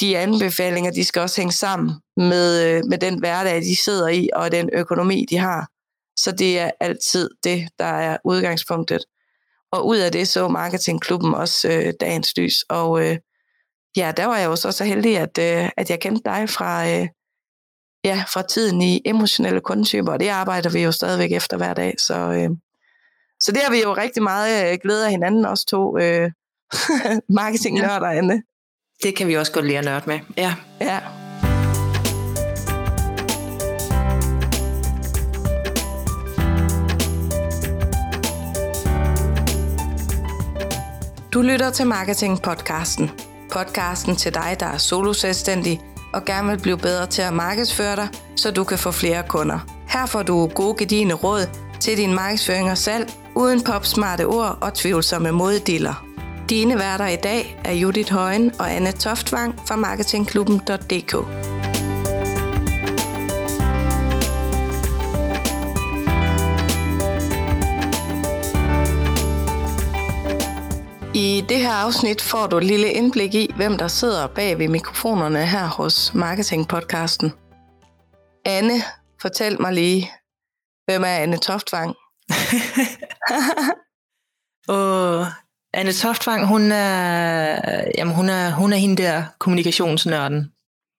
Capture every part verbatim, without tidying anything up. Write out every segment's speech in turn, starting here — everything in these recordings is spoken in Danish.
de anbefalinger, de skal også hænge sammen med, øh, med den hverdag, de sidder i, og den økonomi, de har. Så det er altid det, der er udgangspunktet. Og ud af det så Marketingklubben også øh, dagens lys. Og øh, ja, der var jeg jo så, så heldig, at, øh, at jeg kendte dig fra, øh, ja, fra tiden i emotionelle kundetyper, og det arbejder vi jo stadigvæk efter hver dag. Så, øh, så det har vi jo rigtig meget øh, glæde af hinanden, også to øh, marketingnørder, ja. Anne. Det kan vi også godt lære at nørde med. Ja. Ja. Du lytter til Marketing-podcasten. Podcasten til dig, der er soloselvstændig og gerne vil blive bedre til at markedsføre dig, så du kan få flere kunder. Her får du gode gedigne råd til din markedsføring og salg, uden popsmarte ord og tvivlsomme moddiller. Dine værter i dag er Judith Højen og Anne Toftvang fra marketingklubben punktum d k. I det her afsnit får du et lille indblik i, hvem der sidder bag ved mikrofonerne her hos Marketing-podcasten. Anne, fortæl mig lige, hvem er Anne Toftvang? Og Anne Toftvang, hun er, jamen hun er, hun er hende der kommunikationsnørden.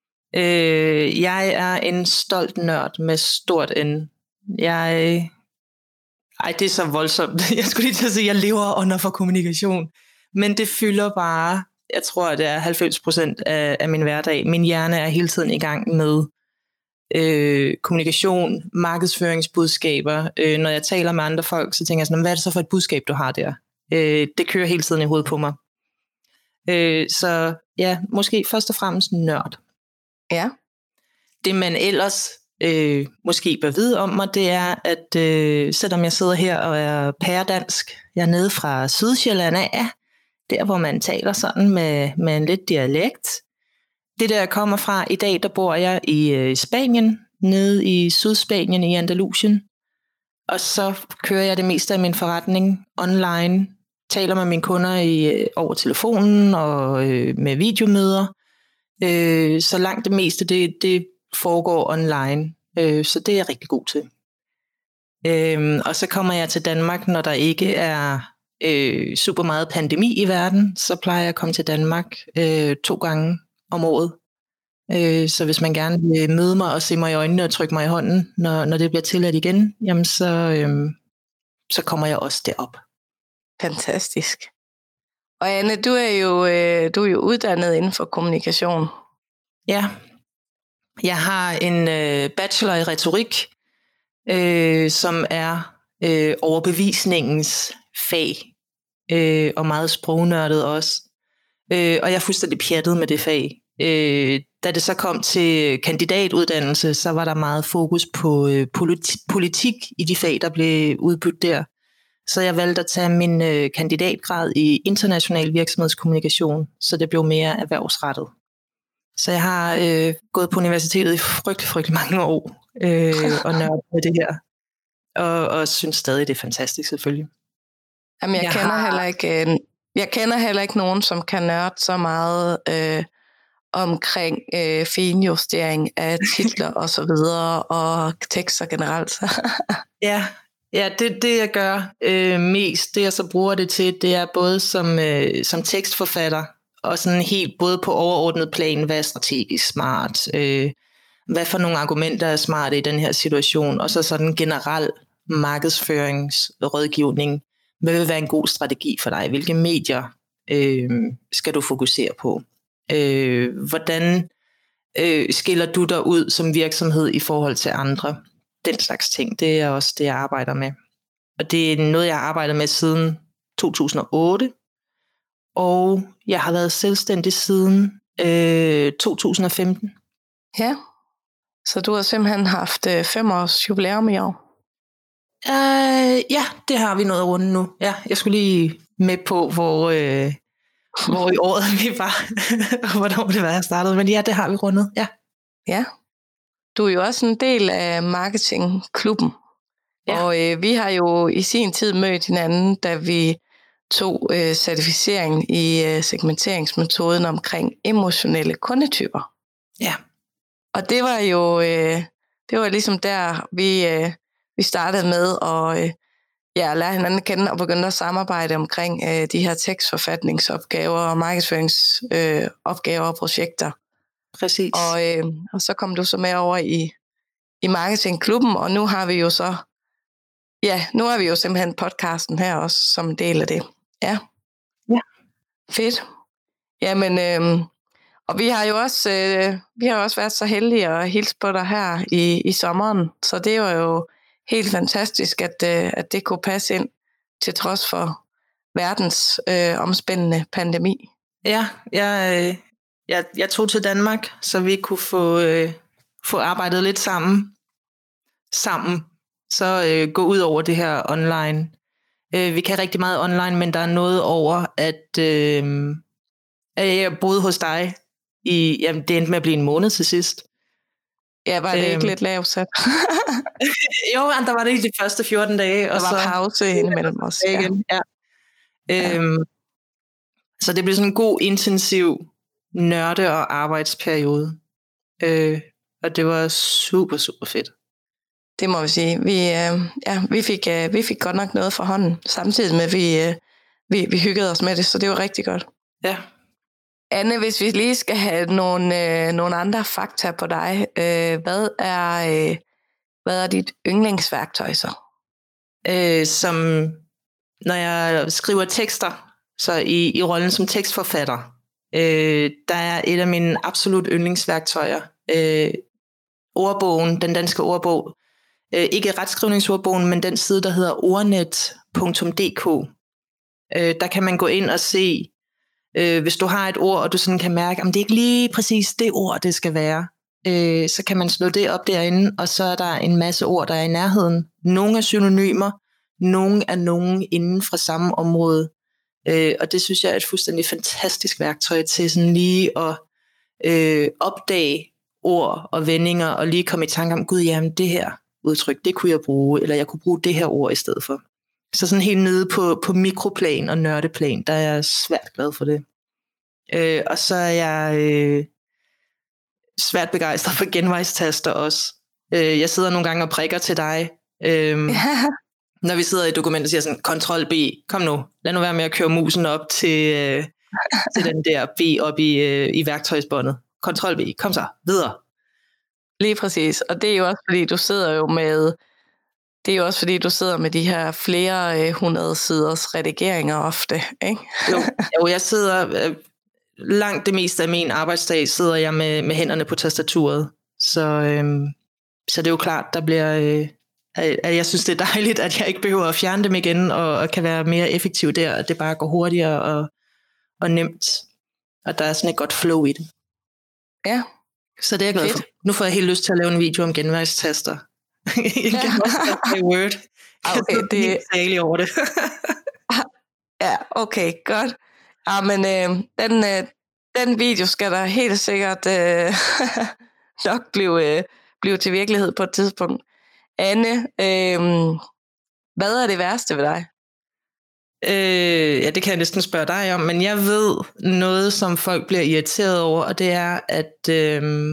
Øh, jeg er en stolt nørd med stort N. Jeg, ej, det er så voldsomt. Jeg skulle lige til at sige, at jeg lever under for kommunikation. Men det fylder bare, jeg tror, det er halvfems procent af, af min hverdag. Min hjerne er hele tiden i gang med øh, kommunikation, markedsføringsbudskaber. Øh, når jeg taler med andre folk, så tænker jeg sådan, hvad er det så for et budskab, du har der? Øh, det kører hele tiden i hovedet på mig. Øh, så ja, måske først og fremmest nørd. Ja. Det man ellers øh, måske bør vide om mig, det er, at øh, selvom jeg sidder her og er pæredansk, jeg er nede fra Sydsjælland af, der hvor man taler sådan med, med en lidt dialekt. Det der kommer fra, i dag der bor jeg i øh, Spanien, nede i Sydspanien i Andalusien, og så kører jeg det meste af min forretning online, taler med mine kunder i, over telefonen og øh, med videomøder, øh, så langt det meste det, det foregår online, øh, så det er jeg rigtig god til. Øh, og så kommer jeg til Danmark, når der ikke er øh, super meget pandemi i verden, så plejer jeg at komme til Danmark øh, to gange om året. Øh, så hvis man gerne vil møde mig og se mig i øjnene og trykke mig i hånden, når, når det bliver tilladt igen, jamen så, øh, så kommer jeg også derop. Fantastisk. Og Anne, du er jo, øh, du er jo uddannet inden for kommunikation. Ja, jeg har en øh, bachelor i retorik, øh, som er øh, overbevisningens fag, øh, og meget sprognørdet også. Øh, og jeg er fuldstændig pjattet med det fag. Øh, da det så kom til kandidatuddannelse, så var der meget fokus på øh, politi- politik i de fag, der blev udbudt der. Så jeg valgte at tage min øh, kandidatgrad i international virksomhedskommunikation, så det blev mere erhvervsrettet. Så jeg har øh, gået på universitetet i frygtelig, frygtelig mange år øh, og nørdet med det her. Og, og synes stadig, det er fantastisk selvfølgelig. Jamen, jeg, jeg, kender har... heller ikke, øh, jeg kender heller ikke nogen, som kan nørde så meget øh, omkring øh, finjustering af titler og så videre, og tekster generelt. Ja, ja det, det jeg gør øh, mest, det jeg så bruger det til, det er både som, øh, som tekstforfatter, og sådan helt både på overordnet plan, hvad er strategisk smart, øh, hvad for nogle argumenter er smarte i den her situation, og så sådan generel markedsføringsrådgivning. Hvad vil være en god strategi for dig? Hvilke medier øh, skal du fokusere på? Øh, hvordan øh, skiller du dig ud som virksomhed i forhold til andre? Den slags ting, det er også det, jeg arbejder med. Og det er noget, jeg har arbejdet med siden to tusind og otte, og jeg har været selvstændig siden øh, to tusind og femten. Ja, så du har simpelthen haft øh, fem års jubilæum i år? Uh, ja, det har vi nået at runde nu. Ja, jeg skulle lige med på, hvor, øh, hvor i året vi var, og hvornår det var, jeg startede. Men ja, det har vi rundet, ja. Ja, du er jo også en del af marketingklubben. Ja. Og øh, vi har jo i sin tid mødt hinanden, da vi tog øh, certificering i øh, segmenteringsmetoden omkring emotionelle kundetyper. Ja. Og det var jo øh, det var ligesom der, vi, øh, vi startede med at øh, ja, lære hinanden at kende og begynde at samarbejde omkring øh, de her tekstforfatningsopgaver og markedsføringsopgaver øh, opgaver og projekter. Præcis. Og, øh, og så kom du så med over i, i marketingklubben, og nu har vi jo så, ja, nu har vi jo simpelthen podcasten her også som en del af det. Ja. Ja. Fedt. Jamen, øh, og vi har jo også, øh, vi har også været så heldige at hilse på dig her i, i sommeren, så det var jo helt fantastisk, at, øh, at det kunne passe ind til trods for verdens øh, omspændende pandemi. Ja, jeg, øh, jeg, jeg tog til Danmark, så vi kunne få, øh, få arbejdet lidt sammen, sammen, så øh, gå ud over det her online. Øh, vi kan rigtig meget online, men der er noget over, at, øh, at jeg boede hos dig i, jamen det endte med at blive en måned til sidst. Ja, var det øhm, ikke lidt lavt sat? Jo, der var det i de første fjorten dage. Der og var så pause indimellem os. Ja. Igen, ja. Ja. Øhm, så det blev sådan en god, intensiv nørde- og arbejdsperiode. Øh, og det var super, super fedt. Det må vi sige. Vi, øh, ja, vi, fik, øh, vi fik godt nok noget fra hånden, samtidig med, at vi, øh, vi, vi hyggede os med det, så det var rigtig godt. Ja. Anne, hvis vi lige skal have nogle, øh, nogle andre fakta på dig, øh, hvad, er, øh, hvad er dit yndlingsværktøj så? Øh, som når jeg skriver tekster, så i, i rollen som tekstforfatter, øh, der er et af mine absolut yndlingsværktøjer, øh, ordbogen, den danske ordbog. Øh, ikke retskrivningsordbogen, men den side, der hedder ordnet punktum d k. Øh, der kan man gå ind og se, øh, hvis du har et ord, og du sådan kan mærke, at det er ikke lige præcis det ord, det skal være, øh, så kan man slå det op derinde, og så er der en masse ord, der er i nærheden. Nogle er synonymer, nogle er nogen inden fra samme område. Øh, og det synes jeg er et fuldstændig fantastisk værktøj til sådan lige at øh, opdage ord og vendinger, og lige komme i tanke om, gud, jamen det her udtryk, det kunne jeg bruge, eller jeg kunne bruge det her ord i stedet for. Så sådan helt nede på, på mikroplan og nørdeplan, der er jeg svært glad for det. Øh, og så er jeg øh, svært begejstret for genvejstaster også. Øh, jeg sidder nogle gange og prikker til dig, øh, ja. Når vi sidder i dokumentet og siger sådan, kontrol B, kom nu, lad nu være med at køre musen op til, øh, til den der B op i, øh, i værktøjsbåndet. Kontrol B, kom så, videre. Lige præcis, og det er jo også fordi, du sidder jo med, det er jo også fordi, du sidder med de her flere øh, hundrede siders redigeringer ofte, ikke? jo, jo, jeg sidder, øh, langt det meste af min arbejdsdag sidder jeg med, med hænderne på tastaturet, så, øh, så det er jo klart, der bliver... Øh, at jeg synes, det er dejligt, at jeg ikke behøver at fjerne dem igen, og, og kan være mere effektiv der, at det bare går hurtigere og, og nemt, og der er sådan et godt flow i det. Ja. Så det er jeg glad for. Fedt. Nu får jeg helt lyst til at lave en video om genvejstaster. Ja. I Word. Okay, det er særligt over det. Ja, okay, godt. Ja, men øh, den, øh, den video skal der helt sikkert øh, nok blive, øh, blive til virkelighed på et tidspunkt. Anne, øh, hvad er det værste ved dig? Øh, ja, det kan jeg næsten spørge dig om, men jeg ved noget, som folk bliver irriteret over, og det er, at øh,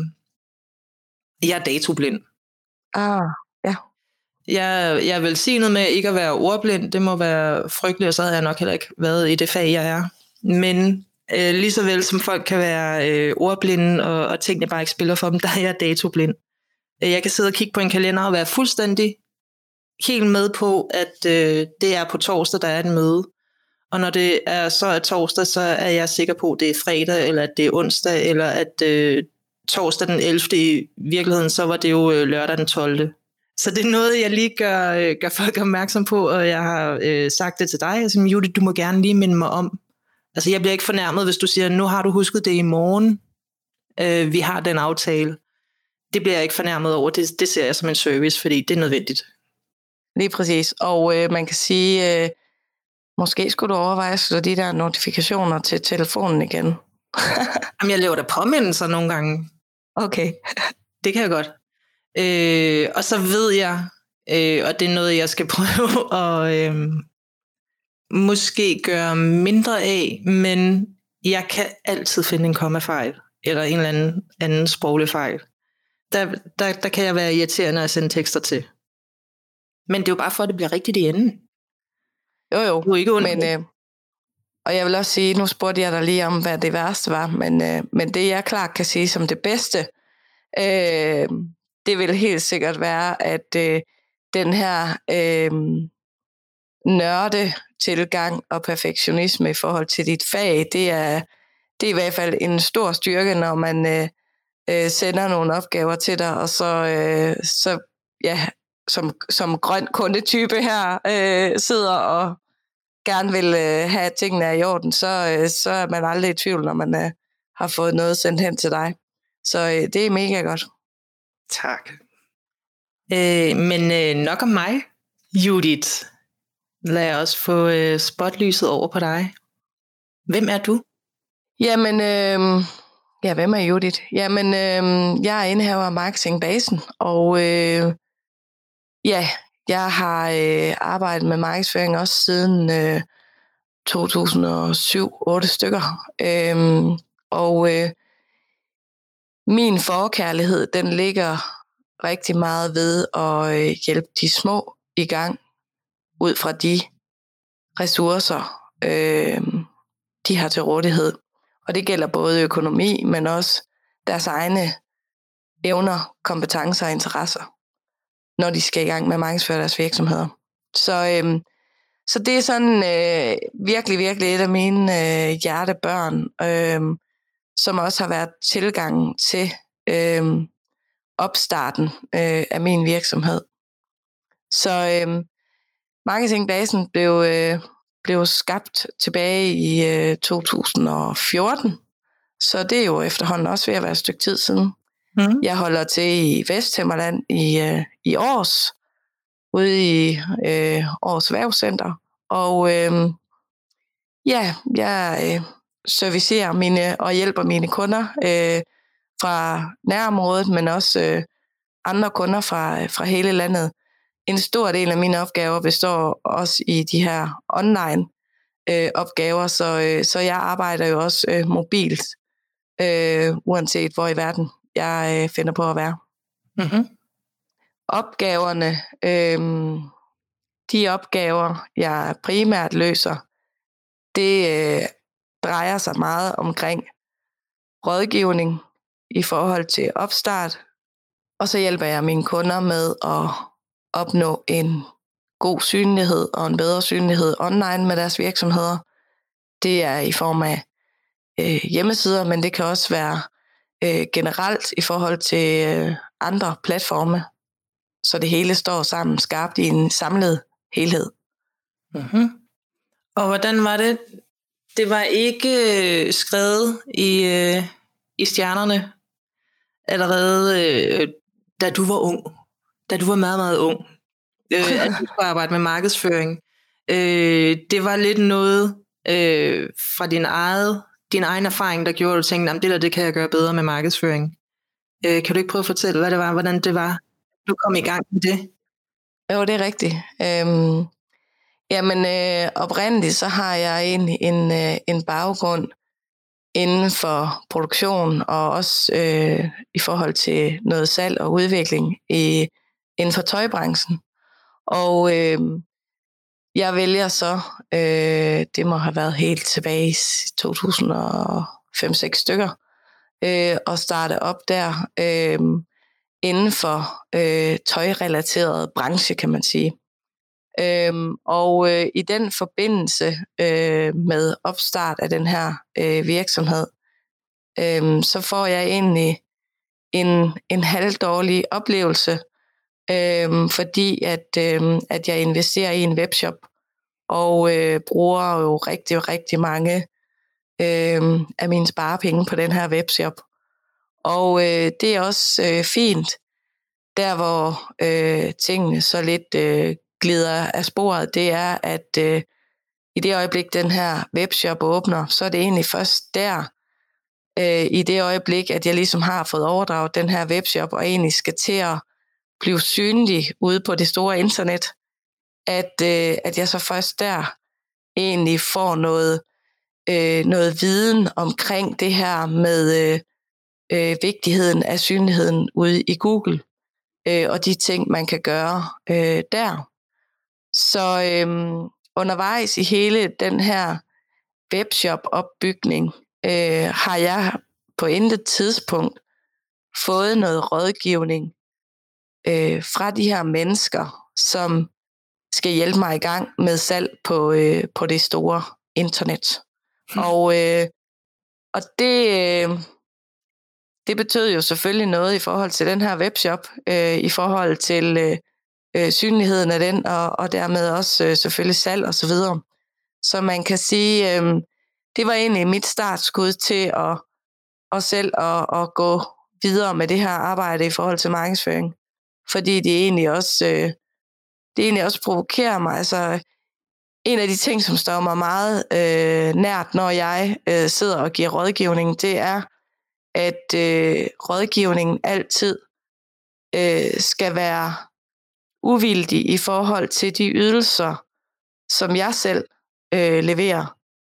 jeg er datoblind. Ah, ja. Jeg, jeg er velsignet med ikke at være ordblind, det må være frygteligt, og så havde jeg nok heller ikke været i det fag, jeg er. Men øh, lige så vel som folk kan være øh, ordblinde, og, og tingene bare ikke spiller for dem, der er jeg datoblind. Jeg kan sidde og kigge på en kalender og være fuldstændig helt med på, at øh, det er på torsdag, der er et møde. Og når det er så er torsdag, så er jeg sikker på, at det er fredag, eller at det er onsdag, eller at øh, torsdag den ellevte i virkeligheden, så var det jo øh, lørdag den tolvte. Så det er noget, jeg lige gør, øh, gør folk opmærksom på, og jeg har øh, sagt det til dig. Jeg siger, Judith, du må gerne lige minde mig om. Altså, jeg bliver ikke fornærmet, hvis du siger, nu har du husket det i morgen. Øh, vi har den aftale. Det bliver jeg ikke fornærmet over. Det, det ser jeg som en service, fordi det er nødvendigt. Lige præcis. Og øh, man kan sige, øh, måske skulle du overveje at slå de der notifikationer til telefonen igen. Jamen, jeg laver da påmindelser nogle gange. Okay. Det kan jeg godt. Øh, og så ved jeg, øh, og det er noget, jeg skal prøve at, øh, måske gøre mindre af, men jeg kan altid finde en kommafejl, eller en eller anden, anden sproglig fejl. Der, der, der kan jeg være irriterende at sende tekster til. Men det er jo bare for, at det bliver rigtigt i enden. Jo jo, Du er ikke men, øh, og jeg vil også sige, nu spurgte jeg dig lige om, hvad det værste var, men, øh, men det jeg klart kan sige som det bedste, øh, det vil helt sikkert være, at øh, den her øh, nørde tilgang og perfektionisme i forhold til dit fag, det er, det er i hvert fald en stor styrke, når man øh, øh, sender nogle opgaver til dig, og så, øh, så ja, som, som grøn kundetype her øh, sidder og gerne vil øh, have, at tingene er i orden, så, øh, så er man aldrig i tvivl, når man øh, har fået noget sendt hen til dig. Så øh, det er mega godt. Tak. Øh, men øh, nok om mig, Judith. Lad os få øh, spotlyset over på dig. Hvem er du? Jamen, øh, ja, hvem er Judith? Jamen, øh, jeg er indehaver af Marketingbasen, og øh, ja, jeg har øh, arbejdet med markedsføring også siden øh, to tusind og syv, otte stykker. Øh, og øh, min forkærlighed, den ligger rigtig meget ved at øh, hjælpe de små i gang, ud fra de ressourcer, øh, de har til rådighed. Og det gælder både økonomi, men også deres egne evner, kompetencer og interesser, når de skal i gang med at markedsføre deres virksomheder. Så, øh, så det er sådan øh, virkelig, virkelig et af mine øh, hjertebørn, øh, som også har været tilgangen til øh, opstarten øh, af min virksomhed. Så øh, Marketingbasen blev, øh, blev skabt tilbage i øh, to tusind og fjorten, så det er jo efterhånden også ved at være et stykke tid siden. Mm. Jeg holder til i Vesthimmerland i, øh, i Aars, ude i øh, Aars Erhvervscenter, og øh, ja, jeg øh, servicerer mine og hjælper mine kunder øh, fra nærområdet, men også øh, andre kunder fra, fra hele landet. En stor del af mine opgaver består også i de her online øh, opgaver, så, øh, så jeg arbejder jo også øh, mobilt, øh, uanset hvor i verden jeg øh, finder på at være. Mm-hmm. Opgaverne, øh, de opgaver, jeg primært løser, det øh, drejer sig meget omkring rådgivning i forhold til opstart, og så hjælper jeg mine kunder med at opnå en god synlighed og en bedre synlighed online med deres virksomheder. Det er i form af øh, hjemmesider, men det kan også være øh, generelt i forhold til øh, andre platforme, så det hele står sammen skarpt i en samlet helhed. Mm-hmm. Og hvordan var det? Det var ikke skrevet i, øh, i stjernerne allerede, øh, da du var ung, da du var meget, meget ung, øh, at du skulle arbejde med markedsføring. Øh, det var lidt noget øh, fra din, eget, din egen erfaring, der gjorde, at du tænkte, det der, det kan jeg gøre bedre med markedsføring. Øh, kan du ikke prøve at fortælle, hvad det var, hvordan det var, du kom i gang med det? Jo, det er rigtigt. Øhm, jamen, øh, oprindeligt så har jeg en, en, øh, en baggrund inden for produktion, og også øh, i forhold til noget salg og udvikling i, inden for tøjbranchen. Og øh, jeg vælger så, øh, det må have været helt tilbage i to tusind og fem seks stykker, øh, at starte op der øh, inden for øh, tøjrelateret branche, kan man sige. Øhm, og øh, i den forbindelse øh, med opstart af den her øh, virksomhed, øh, så får jeg egentlig en, en halvdårlig oplevelse, øh, fordi at, øh, at jeg investerer i en webshop, og øh, bruger jo rigtig, rigtig mange øh, af mine sparepenge på den her webshop. Og øh, det er også øh, fint, der hvor øh, tingene så lidt øh, glider af sporet, det er, at øh, i det øjeblik, den her webshop åbner, så er det egentlig først der, øh, i det øjeblik, at jeg ligesom har fået overdraget den her webshop, og egentlig skal til at blive synlig ude på det store internet, at, øh, at jeg så først der egentlig får noget, øh, noget viden omkring det her med øh, øh, vigtigheden af synligheden ude i Google, øh, og de ting, man kan gøre øh, der. Så øh, undervejs i hele den her webshop-opbygning, øh, har jeg på intet tidspunkt fået noget rådgivning øh, fra de her mennesker, som skal hjælpe mig i gang med salg på, øh, på det store internet. Hmm. Og, øh, og det, øh, det betød jo selvfølgelig noget i forhold til den her webshop, øh, i forhold til øh, øh, synligheden af den, og, og dermed også øh, selvfølgelig salg og så videre. Så man kan sige, øh, det var egentlig mit startskud til at, at selv at, at gå videre med det her arbejde i forhold til markedsføring. Fordi det egentlig også, øh, det egentlig også provokerer mig. Altså, en af de ting, som står mig meget øh, nært, når jeg øh, sidder og giver rådgivning, det er, at øh, rådgivningen altid øh, skal være uvildig i forhold til de ydelser, som jeg selv øh, leverer.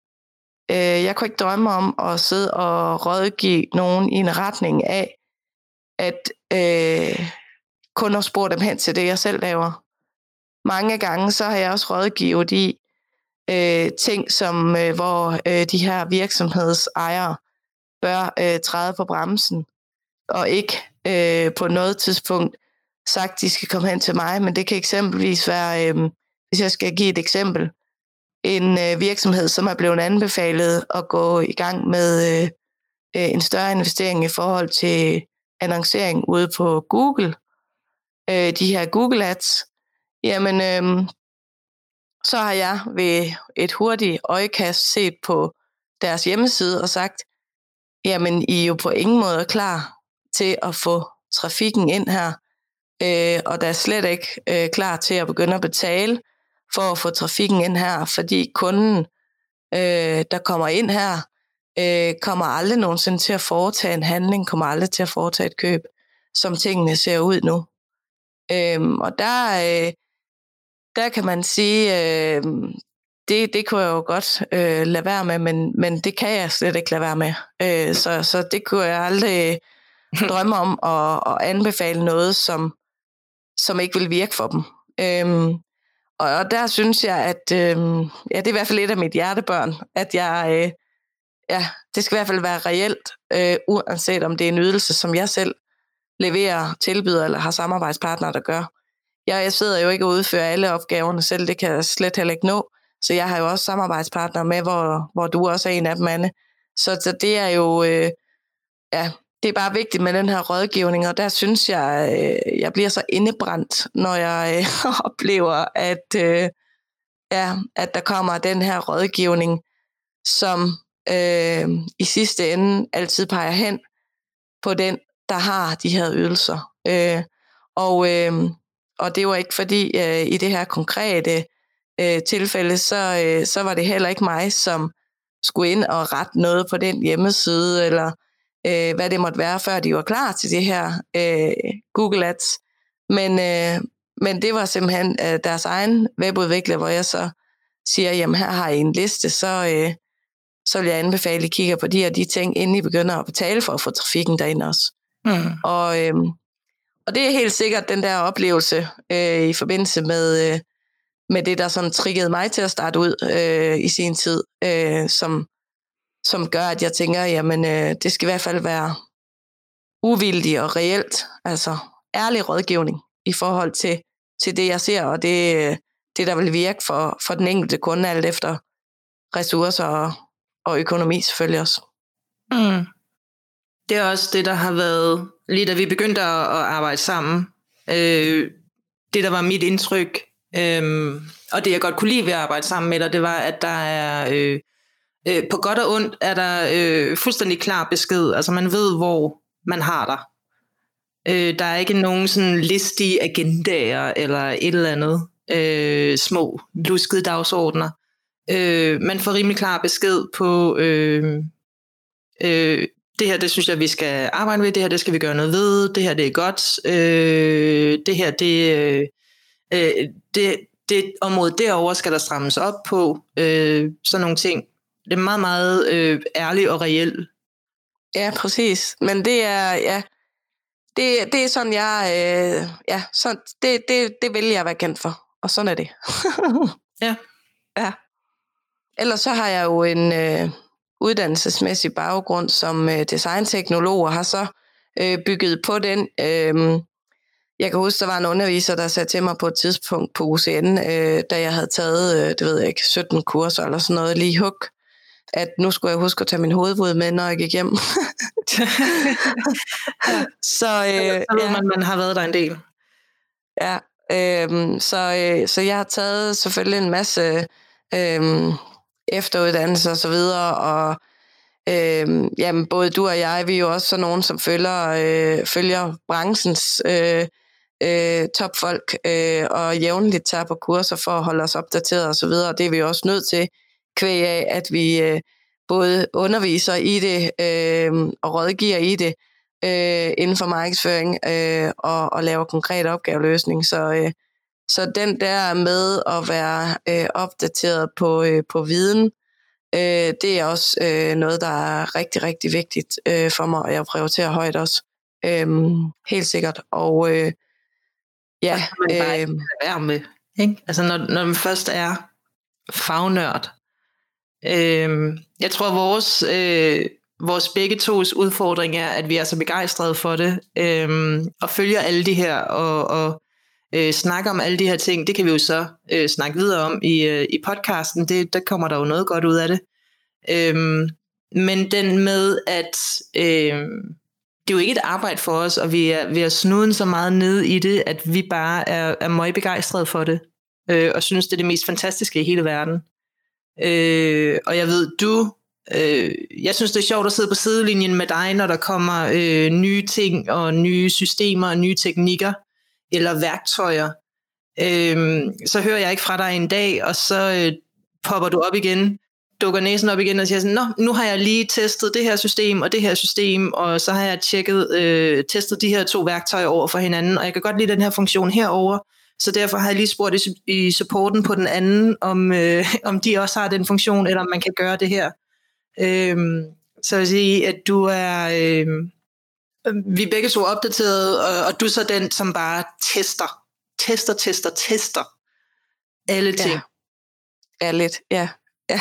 Øh, jeg kunne ikke drømme om at sidde og rådgive nogen i en retning af, at øh, kun at spore dem hen til det, jeg selv laver. Mange gange så har jeg også rådgivet i øh, ting, som øh, hvor øh, de her virksomhedsejere bør øh, træde på bremsen, og ikke øh, på noget tidspunkt sagt, de skal komme hen til mig, men det kan eksempelvis være, øh, hvis jeg skal give et eksempel, en øh, virksomhed, som er blevet anbefalet at gå i gang med øh, en større investering i forhold til annoncering ude på Google, øh, de her Google Ads, jamen øh, så har jeg ved et hurtigt øjekast set på deres hjemmeside og sagt, jamen I er jo på ingen måde klar til at få trafikken ind her, øh, og der er slet ikke øh, klar til at begynde at betale for at få trafikken ind her, fordi kunden, øh, der kommer ind her, øh, kommer aldrig nogensinde til at foretage en handling, kommer aldrig til at foretage et køb, som tingene ser ud nu. Øh, og der, øh, der kan man sige, øh, det, det kunne jeg jo godt øh, lade være med, men, men det kan jeg slet ikke lade være med. Øh, så, så det kunne jeg aldrig drømme om at, at anbefale noget, som, som ikke vil virke for dem. Øh, og, og der synes jeg, at øh, ja, det er i hvert fald et af mit hjertebørn, at jeg, øh, ja, det skal i hvert fald være reelt, øh, uanset om det er en ydelse, som jeg selv leverer, tilbyder eller har samarbejdspartnere, der gør. Jeg sidder jo ikke og udfører alle opgaverne selv, det kan jeg slet heller ikke nå. Så jeg har jo også samarbejdspartnere med, hvor, hvor du også er en af dem, Anne. Så, så det er jo, øh, ja, det er bare vigtigt med den her rådgivning, og der synes jeg, øh, jeg bliver så indebrændt, når jeg øh, oplever, at, øh, ja, at der kommer den her rådgivning, som øh, i sidste ende altid peger hen på den, der har de her ydelser. Øh, og, øh, og det var ikke fordi, øh, i det her konkrete øh, tilfælde, så, øh, så var det heller ikke mig, som skulle ind og rette noget på den hjemmeside, eller øh, hvad det måtte være, før de var klar til det her øh, Google Ads. Men, øh, men det var simpelthen øh, deres egen webudvikler, hvor jeg så siger, jamen her har I en liste, så, øh, så vil jeg anbefale, at I kigger på de her de ting, inden I begynder at betale for at få trafikken derind også. Mm. Og, øh, og det er helt sikkert den der oplevelse øh, i forbindelse med, øh, med det, der sådan triggede mig til at starte ud øh, i sin tid, øh, som, som gør, at jeg tænker, jamen øh, det skal i hvert fald være uvildig og reelt, altså ærlig rådgivning i forhold til, til det, jeg ser, og det, det der vil virke for, for den enkelte kunde, alt efter ressourcer og, og økonomi selvfølgelig også. Mm. Det er også det, der har været, lige da vi begyndte at, at arbejde sammen, øh, det der var mit indtryk, øh, og det jeg godt kunne lide ved at arbejde sammen med dig, det var, at der er, øh, øh, på godt og ondt, er der øh, fuldstændig klar besked, altså man ved, hvor man har dig. Øh, der er ikke nogen sådan listige agendaer, eller et eller andet, øh, små, luskede dagsordner. Øh, man får rimelig klar besked på, øh, øh, det her, det synes jeg, vi skal arbejde med, det her, det skal vi gøre noget ved, det her, det er godt, øh, det her, det, øh, det, det område derovre skal der strammes op på, øh, sådan nogle ting. Det er meget, meget øh, ærligt og reelt. Ja, præcis. Men det er, ja, det, det er sådan, jeg, øh, ja, sådan, det, det, det vil jeg være kendt for. Og sådan er det. Ja. Ja. Ellers så har jeg jo en øh, uddannelsesmæssig baggrund som øh, designteknolog, og har så øh, bygget på den. Øh, jeg kan huske, der var en underviser, der sagde til mig på et tidspunkt på U C N, øh, da jeg havde taget, øh, det ved jeg ikke, sytten kurser eller sådan noget, lige hug, at nu skulle jeg huske at tage min hovedvud med, når jeg gik hjem. ja. Så, øh, så ved ja. man, man har været der en del. Ja, øh, så, øh, så jeg har taget selvfølgelig en masse øh, efteruddannelse og så videre, og øh, jamen, både du og jeg, vi er jo også sådan nogen, som følger, øh, følger branchens øh, øh, topfolk, øh, og jævnligt tager på kurser for at holde os opdateret og så videre, det er vi jo også nødt til, kvæg af, at vi øh, både underviser i det øh, og rådgiver i det, øh, inden for markedsføring øh, og, og laver konkret opgaveløsning. Så, øh, så den der med at være øh, opdateret på, øh, på viden, øh, det er også øh, noget, der er rigtig, rigtig vigtigt øh, for mig, og jeg prioriterer højt også. Øh, helt sikkert. Og øh, ja, og man bare ikke være med, ikke? Altså når, når man først er fagnørd. Øh, jeg tror, vores... Øh, Vores begge tos udfordring er, at vi er så begejstrede for det, øhm, og følger alle de her, og, og øh, snakker om alle de her ting. Det kan vi jo så øh, snakke videre om i, øh, i podcasten. Det, der kommer der jo noget godt ud af det. Øhm, men den med, at øh, det er jo ikke et arbejde for os, og vi er, vi er snuden så meget ned i det, at vi bare er, er meget begejstrede for det, øh, og synes, det er det mest fantastiske i hele verden. Øh, og jeg ved, du... Øh, jeg synes, det er sjovt at sidde på sidelinjen med dig, når der kommer øh, nye ting og nye systemer og nye teknikker eller værktøjer. Øh, så hører jeg ikke fra dig en dag, og så øh, popper du op igen, dukker næsen op igen og siger sådan, nå, nu har jeg lige testet det her system og det her system, og så har jeg tjekket, øh, testet de her to værktøjer over for hinanden, og jeg kan godt lide den her funktion herover. Så derfor har jeg lige spurgt i, i supporten på den anden, om, øh, om de også har den funktion, eller om man kan gøre det her. Øhm, så jeg vil sige, at du er øhm, vi er begge så opdateret, og, og du er så den, som bare tester tester, tester, tester alle ting. Ja, ja lidt, ja. Ja.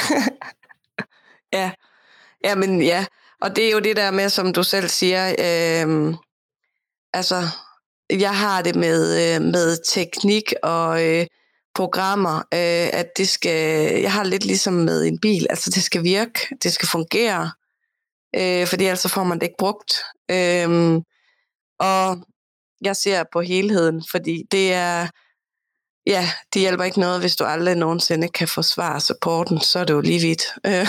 ja. Ja, men ja, og det er jo det der med, som du selv siger, øhm, altså, jeg har det med, øh, med teknik og øh, programmer, øh, at det skal, jeg har lidt ligesom med en bil, altså det skal virke, det skal fungere, øh, fordi ellers får man det ikke brugt. Øh, og jeg ser på helheden, fordi det er, ja, det hjælper ikke noget, hvis du aldrig nogensinde kan forsvare supporten, så er det jo lige vidt.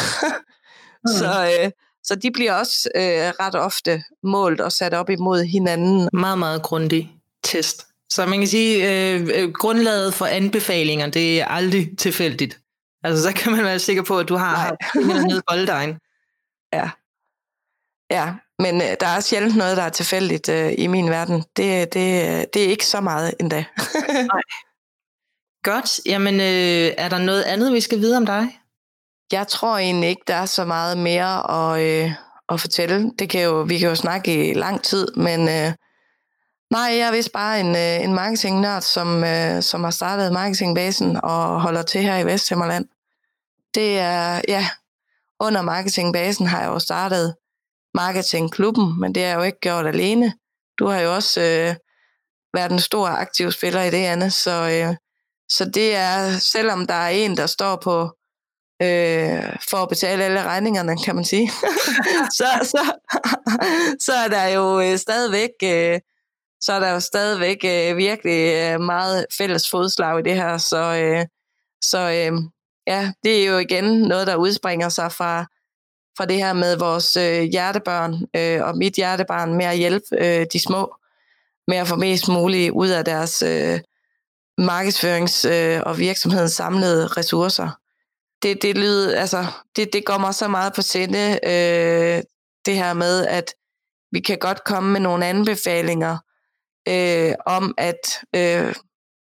mm. Så, øh, så de bliver også øh, ret ofte målt og sat op imod hinanden. Meget, meget grundig test. Så man kan sige, øh, grundlaget for anbefalinger, det er aldrig tilfældigt. Altså, så kan man være sikker på, at du har tingene nede i bolddejen. Ja. Ja, men øh, der er sjældent noget, der er tilfældigt øh, i min verden. Det, det, det er ikke så meget endda. Nej. Godt. Jamen, øh, er der noget andet, vi skal vide om dig? Jeg tror egentlig ikke, der er så meget mere at, øh, at fortælle. Det kan jo, vi kan jo snakke i lang tid, men øh, nej, jeg er vist bare en, øh, en marketingnørd, som, øh, som har startet Marketingbasen og holder til her i Vesthimmerland. Det er, ja, under Marketingbasen har jeg jo startet Marketingklubben, men det har jeg jo ikke gjort alene. Du har jo også øh, været en stor aktiv spiller i det, Anne, så, øh, så det er, selvom der er en, der står på øh, for at betale alle regningerne, kan man sige, så, så, så er der jo øh, stadigvæk øh, så er der jo stadigvæk øh, virkelig øh, meget fælles fodslag i det her, så, øh, så øh, ja, det er jo igen noget, der udspringer sig fra fra det her med vores øh, hjertebørn øh, og mit hjertebarn med at hjælpe øh, de små med at få mest muligt ud af deres øh, markedsførings- øh, og virksomhedens samlede ressourcer. Det, det, lyder, altså, det, det går mig så meget på sinde, øh, det her med, at vi kan godt komme med nogle anbefalinger øh, om, at øh,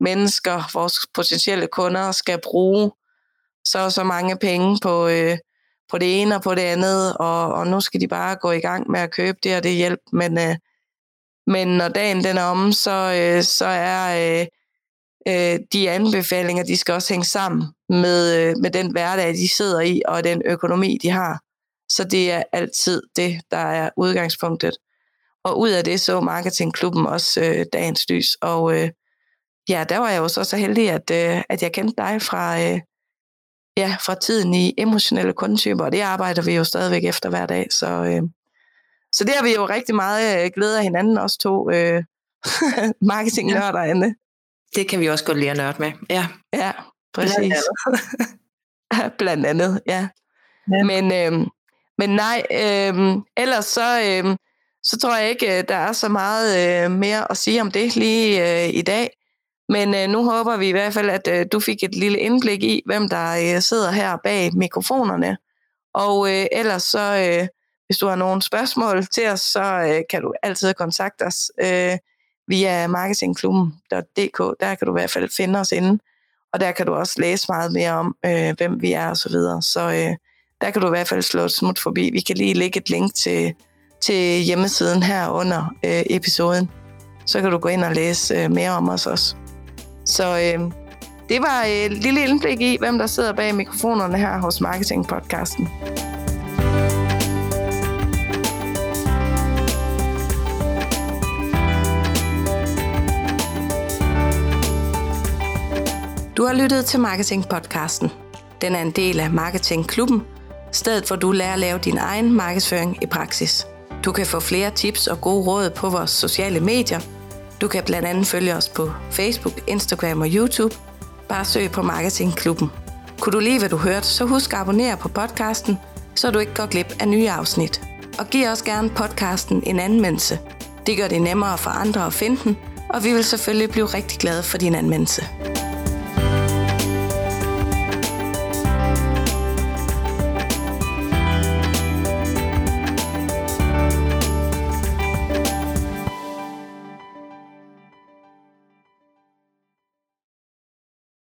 mennesker, vores potentielle kunder, skal bruge så og så mange penge på, øh, på det ene og på det andet, og, og nu skal de bare gå i gang med at købe det og det hjælp. Men, øh, men når dagen den er omme, så, øh, så er øh, øh, de anbefalinger, de skal også hænge sammen med, øh, med den hverdag, de sidder i, og den økonomi, de har. Så det er altid det, der er udgangspunktet. Og ud af det så Marketingklubben også øh, dagens lys. Og øh, ja, der var jeg jo så, så heldig, at, øh, at jeg kendte dig fra, øh, ja, fra tiden i emotionelle kundetyper, og det arbejder vi jo stadigvæk efter hver dag. Så, øh, så det har vi jo rigtig meget øh, glæde af hinanden, også to øh, marketingnørder, Anne. Ja. Det kan vi også godt lide at nørde med. Ja, ja præcis. Blandt andet, Blandt andet ja. ja. Men, øh, men nej, øh, ellers så... Øh, så tror jeg ikke, der er så meget øh, mere at sige om det lige øh, i dag. Men øh, nu håber vi i hvert fald, at øh, du fik et lille indblik i, hvem der øh, sidder her bag mikrofonerne. Og øh, ellers så, øh, hvis du har nogle spørgsmål til os, så øh, kan du altid kontakte os øh, via marketingklubben punktum d k. Der kan du i hvert fald finde os inde. Og der kan du også læse meget mere om, øh, hvem vi er og så videre. Så øh, der kan du i hvert fald slå et smut forbi. Vi kan lige lægge et link til... til hjemmesiden her under øh, episoden. Så kan du gå ind og læse øh, mere om os også. Så øh, det var et lille indblik i, hvem der sidder bag mikrofonerne her hos Marketing-podcasten. Du har lyttet til Marketing-podcasten. Den er en del af Marketing-klubben, stedet hvor du lærer at lave din egen markedsføring i praksis. Du kan få flere tips og gode råd på vores sociale medier. Du kan blandt andet følge os på Facebook, Instagram og YouTube. Bare søg på Marketingklubben. Kunne du lide, hvad du hørte, så husk at abonnere på podcasten, så du ikke går glip af nye afsnit. Og giv også gerne podcasten en anmeldelse. Det gør det nemmere for andre at finde den, og vi vil selvfølgelig blive rigtig glade for din anmeldelse.